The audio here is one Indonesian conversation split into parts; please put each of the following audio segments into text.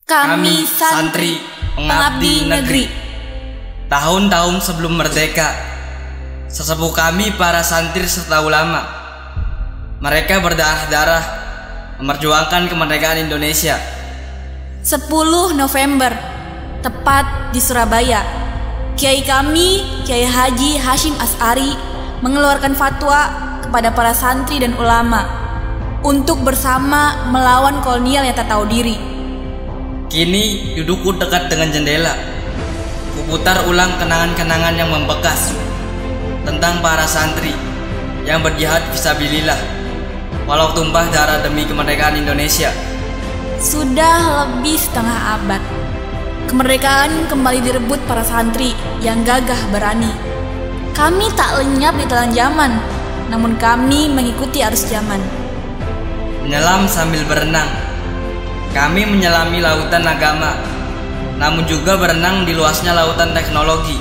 Kami santri pengabdi negeri. Tahun-tahun sebelum merdeka, sesepuh kami para santri serta ulama, mereka berdarah-darah memperjuangkan kemerdekaan Indonesia. 10 November, tepat di Surabaya, Kiai kami, Kiai Haji Hashim Asy'ari, mengeluarkan fatwa kepada para santri dan ulama untuk bersama melawan kolonial yang tak tahu diri. Kini dudukku dekat dengan jendela, kuputar ulang kenangan-kenangan yang membekas tentang para santri yang berjihad fisabilillah walau tumpah darah demi kemerdekaan Indonesia. Sudah lebih setengah abad, kemerdekaan kembali direbut para santri yang gagah berani. Kami tak lenyap di telan zaman, namun kami mengikuti arus zaman. Menyelam sambil berenang, kami menyelami lautan agama, namun juga berenang di luasnya lautan teknologi.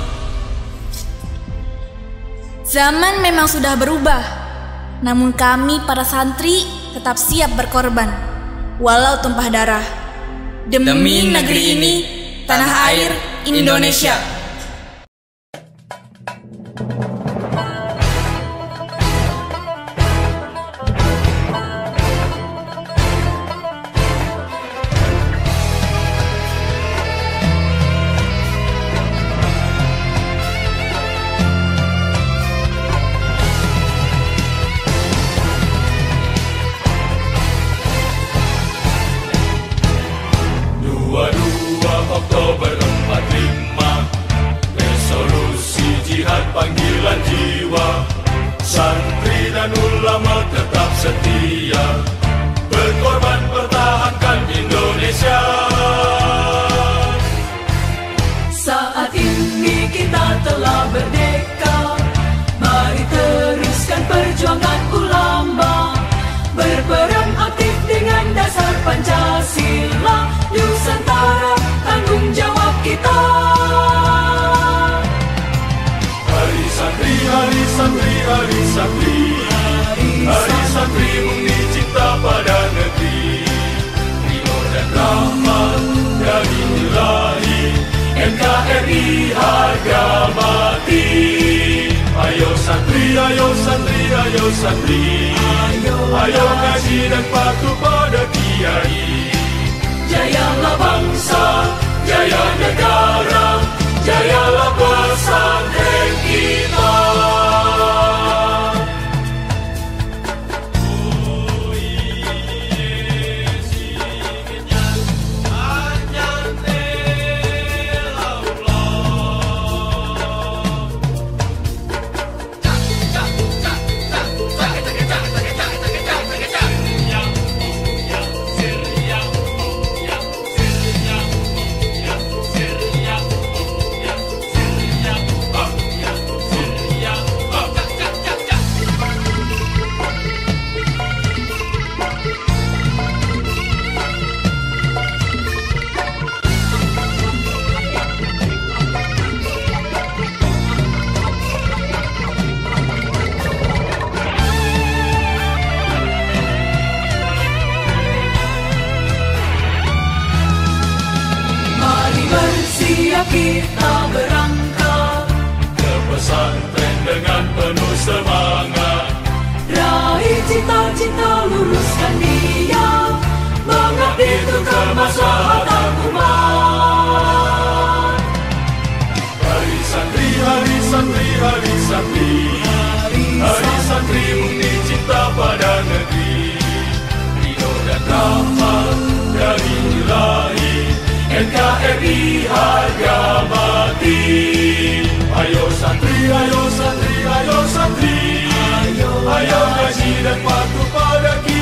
Zaman memang sudah berubah, namun kami para santri tetap siap berkorban, walau tumpah darah, demi negeri ini, tanah air Indonesia. Oktober 45, resolusi jihad panggilan jiwa, santri dan ulama tetap setia, berkorban pertahankan Indonesia. Saat ini kita telah merdeka, mari teruskan perjuangan ulama, berperan aktif dengan dasar Pancasila, Nusantara tanggung jawab kita. Hari santri, hari santri, hari santri, hari santri murni cinta pada negeri, ridho dan rahmat dari Ilahi, NKRI harga mati. Ayo santri, ayo santri, ayo santri, ayo ngaji dan patuh pada kiai. Jayalah bangsa, jaya negara, jayalah pesantren kita. Siap kita berangkat ke pesantren dengan penuh semangat, raih cita-cita, luruskan niat, mengabdi untuk kemaslahatan umat. Hari santri, hari santri, hari santri, hari santri murni cinta pada negeri, ridho dan rahmat dari Ilahi, NKRI harga mati. Ayo santri, ayo santri, ayo santri, ayo ngaji dan patuh pada kita.